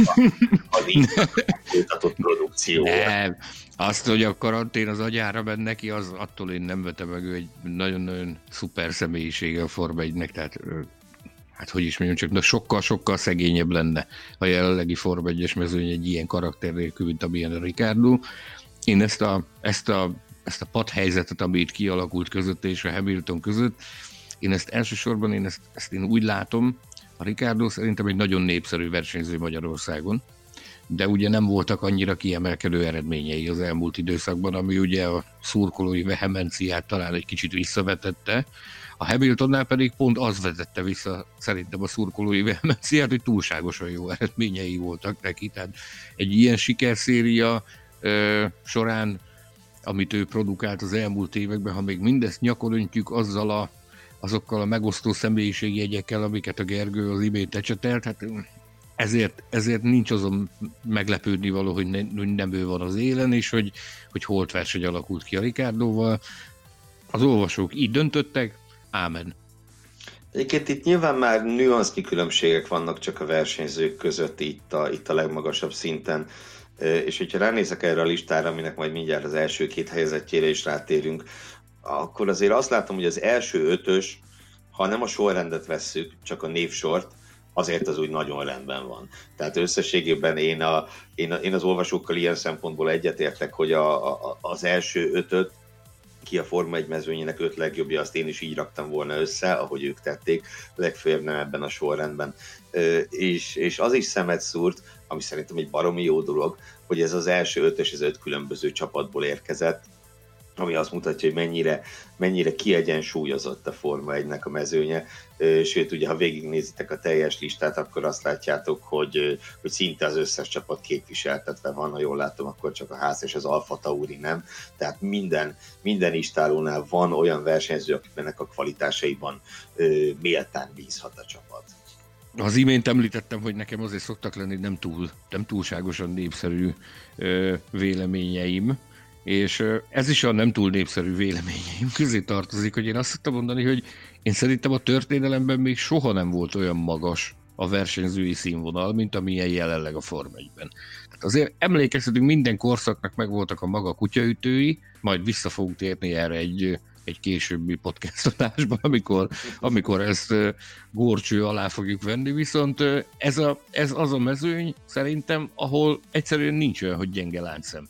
az így folytatott produkció. Nem. Azt, hogy a karantén az agyára ment neki, az attól én nem vetem meg, ő egy nagyon-nagyon szuper személyisége a Forma 1-nek, tehát hát hogy is mondjam, csak sokkal-sokkal szegényebb lenne a jelenlegi Forma 1-es mezőny egy ilyen karakter nélkül, mint amilyen a Ricciardo. Én ezt a padhelyzetet, ami itt kialakult között és a Hamilton között, én ezt elsősorban én úgy látom, a Ricciardo szerintem egy nagyon népszerű versenyző Magyarországon, de ugye nem voltak annyira kiemelkedő eredményei az elmúlt időszakban, ami ugye a szurkolói vehemenciát talán egy kicsit visszavetette. A Hamiltonnál pedig pont az vetette vissza szerintem a szurkolói vehemenciát, hogy túlságosan jó eredményei voltak neki. Tehát egy ilyen sikerszéria során, amit ő produkált az elmúlt években, ha még mindezt nyakon öntjük azokkal a megosztó személyiségjegyekkel, amiket a Gergő az imént ecsetelt, hát ezért nincs azon meglepődni való, hogy nem ő van az élen, és hogy holtverseny alakult ki a Ricciardóval. Az olvasók így döntöttek, ámen. Egyébként itt nyilván már nüansznyi különbségek vannak csak a versenyzők között itt a legmagasabb szinten, és hogyha ránézek erre a listára, aminek majd mindjárt az első 2 helyezettjére is rátérünk, akkor azért azt látom, hogy az első 5-ös, ha nem a sorrendet vesszük, csak a névsort, azért az úgy nagyon rendben van. Tehát összességében én az olvasókkal ilyen szempontból egyetértek, hogy az első 5-öt, ki a Forma 1 mezőnyének 5 legjobbja, azt én is így raktam volna össze, ahogy ők tették, legfőbb nem ebben a sorrendben. És az is szemet szúrt, ami szerintem egy baromi jó dolog, hogy ez az első 5-ös, ez 5 különböző csapatból érkezett, ami azt mutatja, hogy mennyire kiegyensúlyozott a Forma 1-nek a mezőnye. Sőt, ugye, ha végignézitek a teljes listát, akkor azt látjátok, hogy szinte az összes csapat képviseltetve van, ha jól látom, akkor csak a Haas és az Alfa Tauri nem. Tehát minden istálónál van olyan versenyző, akiknek a kvalitásaiban méltán bízhat a csapat. Az imént említettem, hogy nekem azért szoktak lenni nem túlságosan népszerű véleményeim, és ez is a nem túl népszerű véleményeim közé tartozik, hogy én azt szoktam mondani, hogy én szerintem a történelemben még soha nem volt olyan magas a versenyzői színvonal, mint amilyen jelenleg a Forma 1-ben. Tehát azért emlékezhetünk, minden korszaknak megvoltak a maga kutyaütői, majd vissza fogunk térni erre egy későbbi podcast adásban, amikor ezt górcső alá fogjuk venni, viszont ez az a mezőny szerintem, ahol egyszerűen nincs olyan, hogy gyenge láncszem.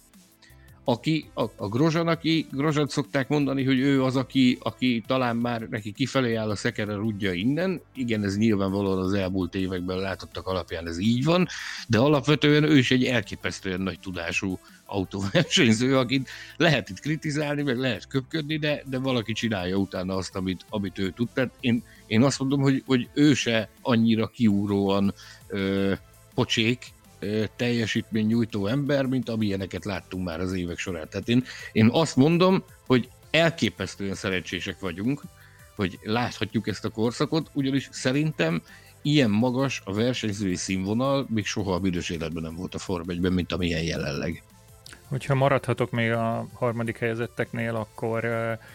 A Grosjean szokták mondani, hogy ő az, aki talán már neki kifelé áll a szekere rudja innen. Igen, ez nyilvánvalóan az elmúlt években látottak alapján ez így van, de alapvetően ő is egy elképesztően nagy tudású autóversenyző, akit lehet itt kritizálni, meg lehet köpködni, de valaki csinálja utána azt, amit ő tud. Tehát én azt mondom, hogy ő se annyira kiugróan pocsék, teljesítménynyújtó ember, mint amilyeneket láttunk már az évek során. Tehát én azt mondom, hogy elképesztően szerencsések vagyunk, hogy láthatjuk ezt a korszakot, ugyanis szerintem ilyen magas a versenyzői színvonal még soha a büdös életben nem volt a Forma 1-ben, mint amilyen jelenleg. Hogyha maradhatok még a 3. helyezetteknél, akkor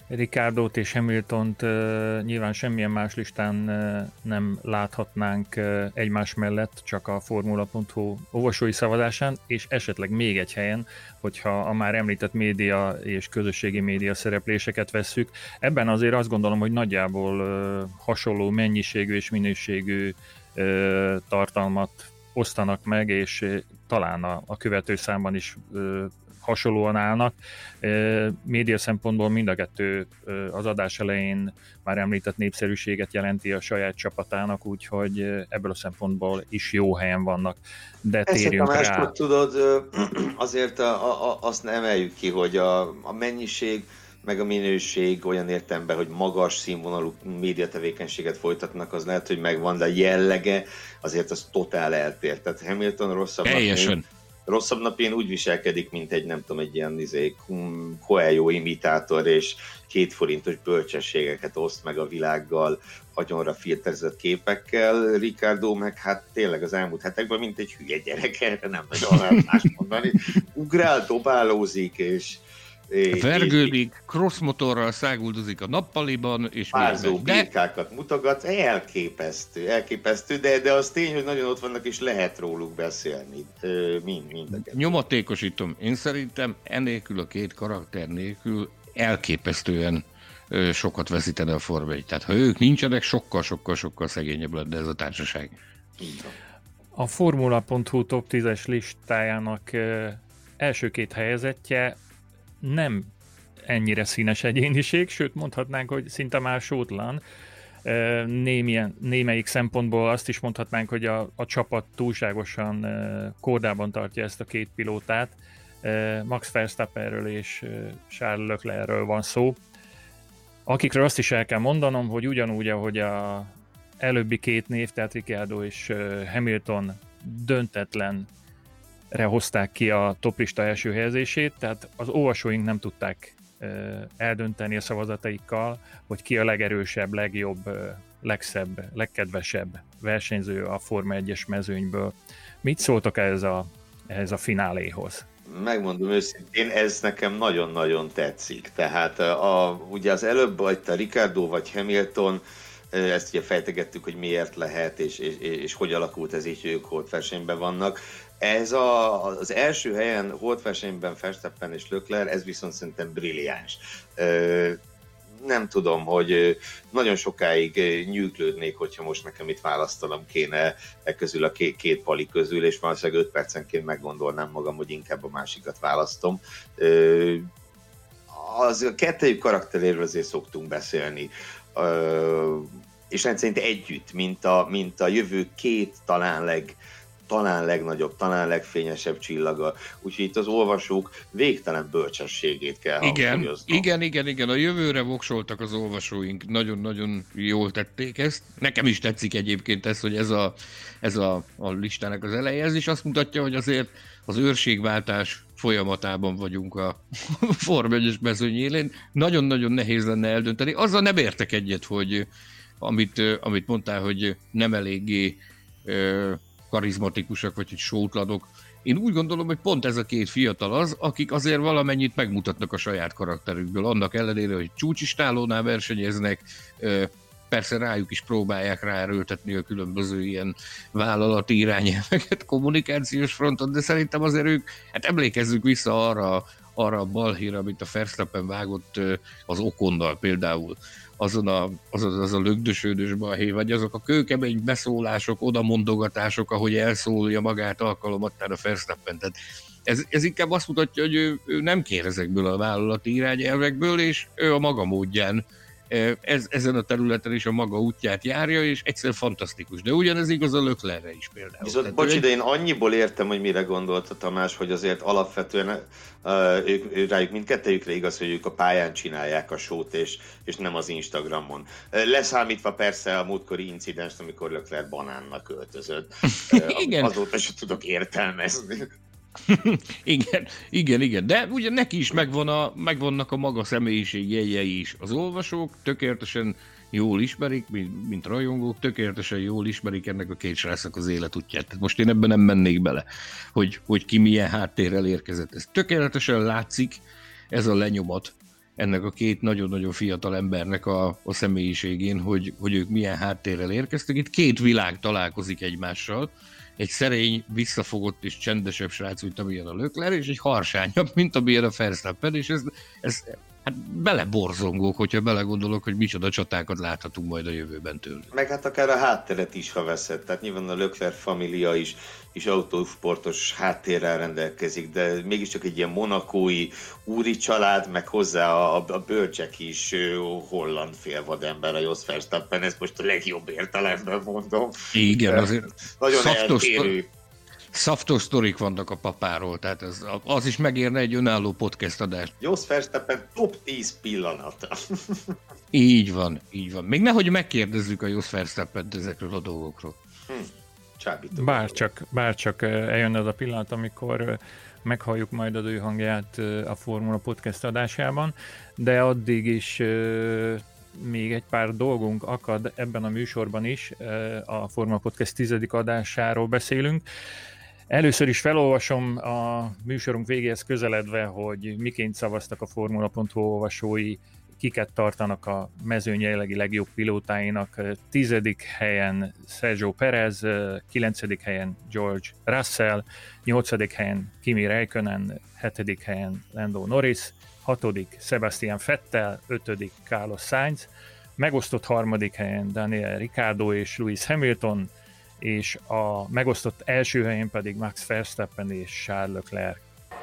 Ricciardót és Hamiltont nyilván semmilyen más listán nem láthatnánk egymás mellett, csak a Formula.hu olvasói szavazásán, és esetleg még egy helyen, hogyha a már említett média és közösségi média szerepléseket vesszük. Ebben azért azt gondolom, hogy nagyjából hasonló mennyiségű és minőségű tartalmat osztanak meg, és talán a követőszámban is hasonlóan állnak. Média szempontból mind a kettő az adás elején már említett népszerűséget jelenti a saját csapatának, úgyhogy ebből a szempontból is jó helyen vannak. De térjünk rá. Tudod, azért azt nem emeljük ki, hogy a mennyiség meg a minőség olyan értelemben, hogy magas színvonalú médiatevékenységet folytatnak, az lehet, hogy megvan, de a jellege azért az totál eltér. Tehát Hamilton rosszabb napján úgy viselkedik, mint egy, nem tudom, egy ilyen Coelho imitátor, és 2 forintos bölcsességeket oszt meg a világgal, agyonra filterezett képekkel. Ricciardo meg hát tényleg az elmúlt hetekben mint egy hülye gyerek, erre nem lehet más mondani. Ugrál, dobálózik, és vergődik, crossmotorral száguldozik a nappaliban, és párzó birkákat mutogat, elképesztő, de az tény, hogy nagyon ott vannak, és lehet róluk beszélni. Mindeket. Nyomatékosítom. Én szerintem enélkül a 2 karakter nélkül elképesztően sokat veszítene a Forma 1. Tehát ha ők nincsenek, sokkal szegényebb lenne ez a társaság. A Formula.hu top 10-es listájának első 2 helyezettje nem ennyire színes egyéniség, sőt mondhatnánk, hogy szinte már sótlan. Némelyik szempontból azt is mondhatnánk, hogy a csapat túlságosan kordában tartja ezt a 2 pilótát. Max Verstappenről és Charles Leclercről van szó, akikről azt is el kell mondanom, hogy ugyanúgy, ahogy a előbbi 2 név, tehát Ricciardo és Hamilton döntetlen hozták ki a toplista első helyezését, tehát az olvasóink nem tudták eldönteni a szavazataikkal, hogy ki a legerősebb, legjobb, legszebb, legkedvesebb versenyző a Forma 1-es mezőnyből. Mit szóltok ehhez a fináléhoz? Megmondom őszintén, ez nekem nagyon-nagyon tetszik. Tehát ugye az előbb vagy a Ricciardo vagy Hamilton, ezt ugye fejtegettük, hogy miért lehet, és hogy alakult ez így, hogy ők holtversenyben vannak. Ez az első helyen holtversenyben Verstappen és Leclerc, ez viszont szerintem brilliáns. Nem tudom, hogy nagyon sokáig nyűglődnék, hogyha most nekem itt választanom kéne közül a 2 pali közül, és valószínűleg 5 percenként meggondolnám magam, hogy inkább a másikat választom. A kettőjük karakteréről azért szoktunk beszélni, és rendszerint együtt, mint a jövő 2 talán legnagyobb, talán legfényesebb csillaga. Úgyhogy itt az olvasók végtelen bölcsességét kell hangsúlyozni. Igen. A jövőre voksoltak az olvasóink. Nagyon-nagyon jól tették ezt. Nekem is tetszik egyébként ez, hogy ez a listának az eleje. Ez is azt mutatja, hogy azért az őrségváltás folyamatában vagyunk a Forma 1-es mezőny élén. Nagyon-nagyon nehéz lenne eldönteni. Azzal nem értek egyet, hogy amit mondtál, hogy nem eléggé karizmatikusak, vagy hogy sótlanok. Én úgy gondolom, hogy pont ez a 2 fiatal az, akik azért valamennyit megmutatnak a saját karakterükből, annak ellenére, hogy csúcsistálónál versenyeznek, persze rájuk is próbálják ráerőltetni a különböző ilyen vállalati irányelveket kommunikációs fronton, de szerintem azért ők, hát emlékezzünk vissza arra a balhéra, amit a Verstappen vágott az Oconnal például. Az a lögdösődős balhé, vagy azok a kőkemény beszólások, odamondogatások, ahogy elszólja magát alkalomattán a Verstappen. Tehát ez inkább azt mutatja, hogy ő nem kér ezekből a vállalati irányelvekből, és ő a maga módján ezen a területen is a maga útját járja, és egyszer fantasztikus. De ugyanez igaz a Leclercre is például. Viszont bocs, de én annyiból értem, hogy mire gondolt a Tamás, hogy azért alapvetően rájuk mindkettejükre igaz, hogy ők a pályán csinálják a show-t, és nem az Instagramon. Leszámítva persze a múltkori incidenst, amikor Leclerc banánnak öltözött. Azóta sem tudok értelmezni. Igen. De ugye neki is megvannak a maga személyiségjegyei is. Az olvasók tökéletesen jól ismerik, mint rajongók, tökéletesen jól ismerik ennek a 2 srácnak az életútját. Tehát most én ebben nem mennék bele, hogy ki milyen háttérrel érkezett. Ez tökéletesen látszik, ez a lenyomat ennek a két nagyon-nagyon fiatal embernek a személyiségén, hogy ők milyen háttérrel érkeztek. Itt két világ találkozik egymással, egy szerény, visszafogott és csendesebb srác, mint amilyen a Leclerc, és egy harsányabb, mint amilyen a Verstappen, és ez hát beleborzongok, hogyha belegondolok, hogy micsoda csatákat láthatunk majd a jövőben tőlük. Meg hát akár a hátteret is, ha veszed. Tehát nyilván a Leclerc família is autósportos háttérrel rendelkezik, de mégiscsak egy ilyen monakói úri család, meg hozzá a bölcsek is holland félvadember, a Jos Verstappen, ezt most a legjobb értelemben mondom. Igen, azért nagyon eltérő. Szaftos sztorik vannak a papáról, tehát az is megérne egy önálló podcast adást. Jos Verstappen top 10 pillanata. Így van, így van. Még nehogy megkérdezzük a Jos Verstappent ezekről a dolgokról. Csábító. Bárcsak eljön az a pillanat, amikor meghalljuk majd az ő hangját a Formula Podcast adásában, de addig is még egy pár dolgunk akad ebben a műsorban is, a Formula Podcast 10. adásáról beszélünk. Először is felolvasom a műsorunk végéhez közeledve, hogy miként szavaztak a Formula.hu olvasói, kiket tartanak a mezőny jelenlegi legjobb pilótáinak. 10. helyen Sergio Perez, 9. helyen George Russell, 8. helyen Kimi Räikkönen, 7. helyen Lando Norris, 6. Sebastian Vettel, 5. Carlos Sainz, megosztott 3. helyen Daniel Ricciardo és Lewis Hamilton, és a megosztott első helyen pedig Max Verstappen és Charles Leclerc.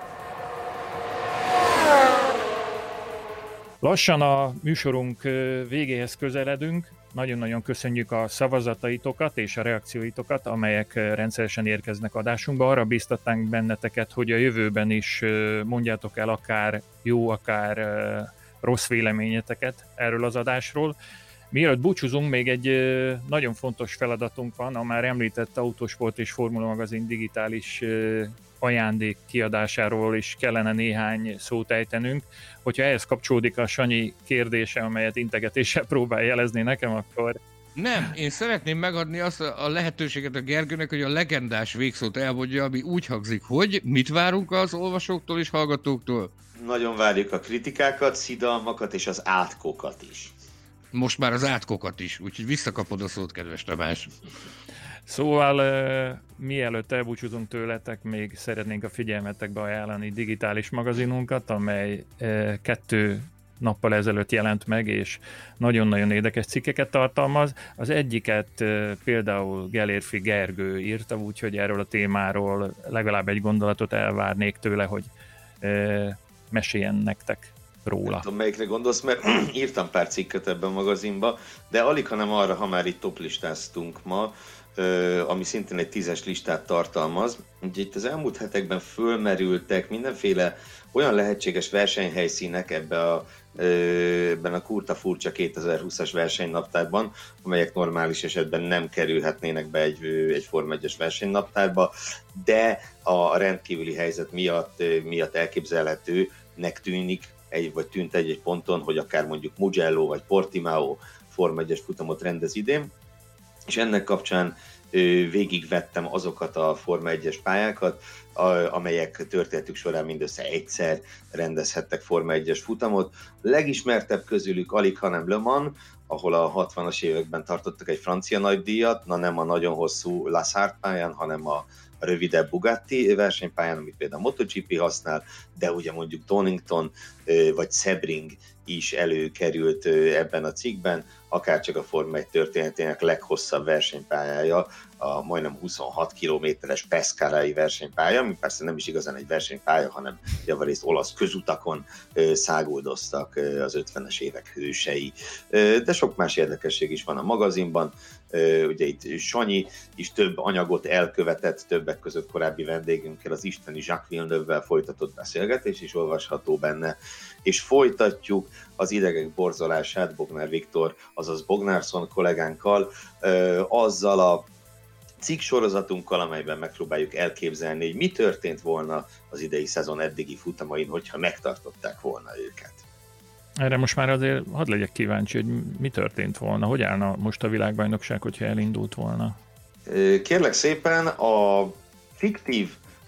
Lassan a műsorunk végéhez közeledünk. Nagyon-nagyon köszönjük a szavazataitokat és a reakcióitokat, amelyek rendszeresen érkeznek adásunkba. Arra bíztatnánk benneteket, hogy a jövőben is mondjátok el akár jó, akár rossz véleményeteket erről az adásról. Mielőtt búcsúzunk, még egy nagyon fontos feladatunk van, a már említett Autosport és Formula Magazin digitális ajándék kiadásáról is kellene néhány szót ejtenünk. Hogyha ehhez kapcsolódik a Sanyi kérdése, amelyet integetéssel próbál jelezni nekem, akkor... Nem, én szeretném megadni azt a lehetőséget a Gergőnek, hogy a legendás végszót elmondja, ami úgy hangzik, hogy mit várunk az olvasóktól és hallgatóktól? Nagyon várjuk a kritikákat, szidalmakat és az átkokat is. Most már az átkokat is, úgyhogy visszakapod a szót, kedves Tamás. Szóval mielőtt elbúcsúzunk tőletek, még szeretnénk a figyelmetekbe ajánlani digitális magazinunkat, amely 2 nappal ezelőtt jelent meg, és nagyon-nagyon érdekes cikkeket tartalmaz. Az egyiket például Gelérfi Gergő írta, úgyhogy erről a témáról legalább egy gondolatot elvárnék tőle, hogy meséljen nektek róla. Nem tudom, melyikre gondolsz, mert írtam pár cikket ebben a magazinba, de alig, hanem arra, ha már itt toplistáztunk ma, ami szintén egy 10-es listát tartalmaz. Ugye itt az elmúlt hetekben fölmerültek mindenféle olyan lehetséges versenyhelyszínek ebben a kurta furcsa 2020-as versenynaptárban, amelyek normális esetben nem kerülhetnének be egy Forma 1-es versenynaptárba, de a rendkívüli helyzet miatt elképzelhetőnek tűnik, vagy tűnt egy ponton, hogy akár mondjuk Mugello vagy Portimao Forma 1-es futamot rendez idén, és ennek kapcsán végigvettem azokat a Forma 1-es pályákat, amelyek történetük során mindössze egyszer rendezhettek Forma 1-es futamot. A legismertebb közülük alig, hanem Le Mans, ahol a 60-as években tartottak egy francia nagydíjat, nem a nagyon hosszú Lassard pályán, hanem a rövidebb Bugatti versenypályán, amit például a MotoGP használ, de ugye mondjuk Donington vagy Sebring is előkerült ebben a cikkben, akárcsak a Forma 1 történetének leghosszabb versenypályája, a majdnem 26 kilométeres Pescarai versenypálya, ami persze nem is igazán egy versenypálya, hanem javarészt olasz közutakon száguldoztak az 50-es évek hősei. De sok más érdekesség is van a magazinban. Ugye itt Sanyi is több anyagot elkövetett, többek között korábbi vendégünkkel, az isteni Jacques Villeneuve-vel folytatott beszélgetés is olvasható benne, és folytatjuk az idegek borzolását Bognár Viktor, azaz Bognárszon kollégánkkal, azzal a cikk sorozatunkkal, amelyben megpróbáljuk elképzelni, hogy mi történt volna az idei szezon eddigi futamain, hogyha megtartották volna őket. Erre most már azért hadd legyek kíváncsi, hogy mi történt volna, hogy állna most a világbajnokság, hogyha elindult volna? Kérlek szépen, a fiktív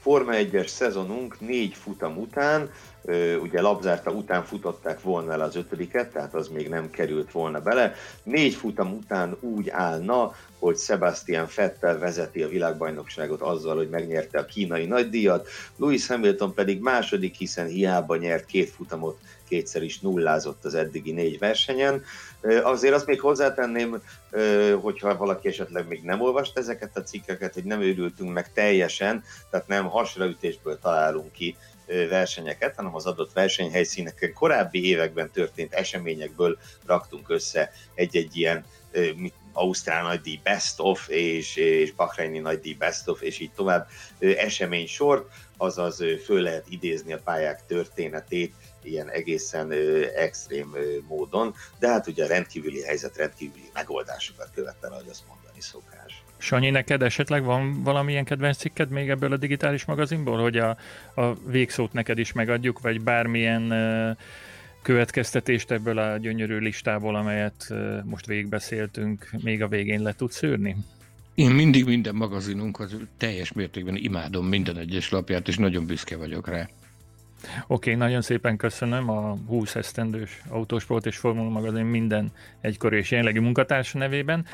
Forma 1-es szezonunk 4 futam után, ugye labzárta után futották volna el az 5-et, tehát az még nem került volna bele. 4 futam után úgy állna, hogy Sebastian Vettel vezeti a világbajnokságot azzal, hogy megnyerte a kínai nagydíjat, Lewis Hamilton pedig második, hiszen hiába nyert 2 futamot, kétszer is nullázott az eddigi 4 versenyen. Azért azt még hozzátenném, hogyha valaki esetleg még nem olvast ezeket a cikkeket, hogy nem őrültünk meg teljesen, tehát nem hasraütésből találunk ki versenyeket, hanem az adott versenyhelyszíneken korábbi években történt eseményekből raktunk össze egy-egy ilyen ausztrál nagydíj best of és bahreini nagydíj best of, és így tovább esemény sort, azaz föl lehet idézni a pályák történetét ilyen egészen extrém módon, de hát ugye a rendkívüli helyzet rendkívüli megoldásokat követel, ahogy azt mondani szokás. Sanyi, neked esetleg van valamilyen kedvenc cikked még ebből a digitális magazinból, hogy a végszót neked is megadjuk, vagy bármilyen következtetést ebből a gyönyörű listából, amelyet most végigbeszéltünk, még a végén le tudsz szűrni? Én mindig minden magazinunkat teljes mértékben imádom, minden egyes lapját, és nagyon büszke vagyok rá. Oké, nagyon szépen köszönöm a 20 esztendős Autósport és Formula magazin minden egykori és jelenlegi munkatársa nevében.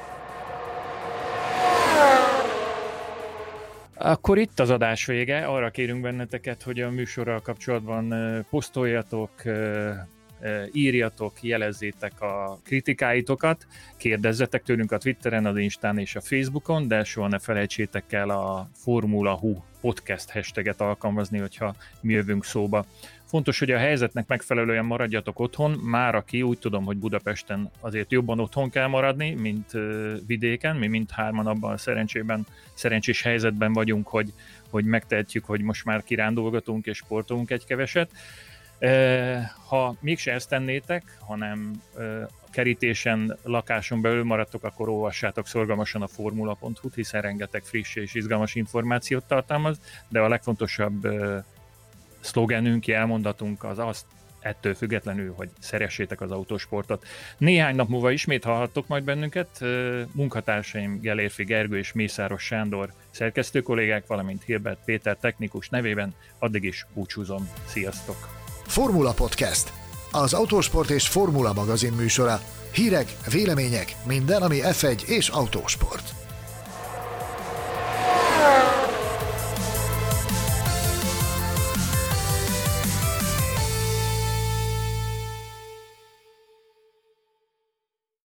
Akkor itt az adás vége, arra kérünk benneteket, hogy a műsorral kapcsolatban posztoljatok, írjatok, jelezzétek a kritikáitokat, kérdezzetek tőlünk a Twitteren, az Instán és a Facebookon, de soha ne felejtsétek el a Formula Hú podcast hashtaget alkalmazni, hogyha mi jövünk szóba. Fontos, hogy a helyzetnek megfelelően maradjatok otthon, már aki úgy tudom, hogy Budapesten azért jobban otthon kell maradni, mint vidéken, mi mindhárman abban a szerencsés helyzetben vagyunk, hogy megtehetjük, hogy most már kirándulgatunk és sportolunk egy keveset. Ha mégse ezt tennétek, hanem a kerítésen, lakáson belül maradtok, akkor olvassátok szorgalmasan a formula.hu-t, hiszen rengeteg friss és izgalmas információt tartalmaz, de a legfontosabb szlogenünk, elmondatunk az ettől függetlenül, hogy szeressétek az autósportot. Néhány nap múlva ismét hallhattok majd bennünket, munkatársaim Gellérfi Gergő és Mészáros Sándor szerkesztő kollégák, valamint Hilbert Péter technikus nevében, addig is búcsúzom. Sziasztok! Formula Podcast, az autósport és formula magazin műsora. Hírek, vélemények, minden, ami F1 és autósport.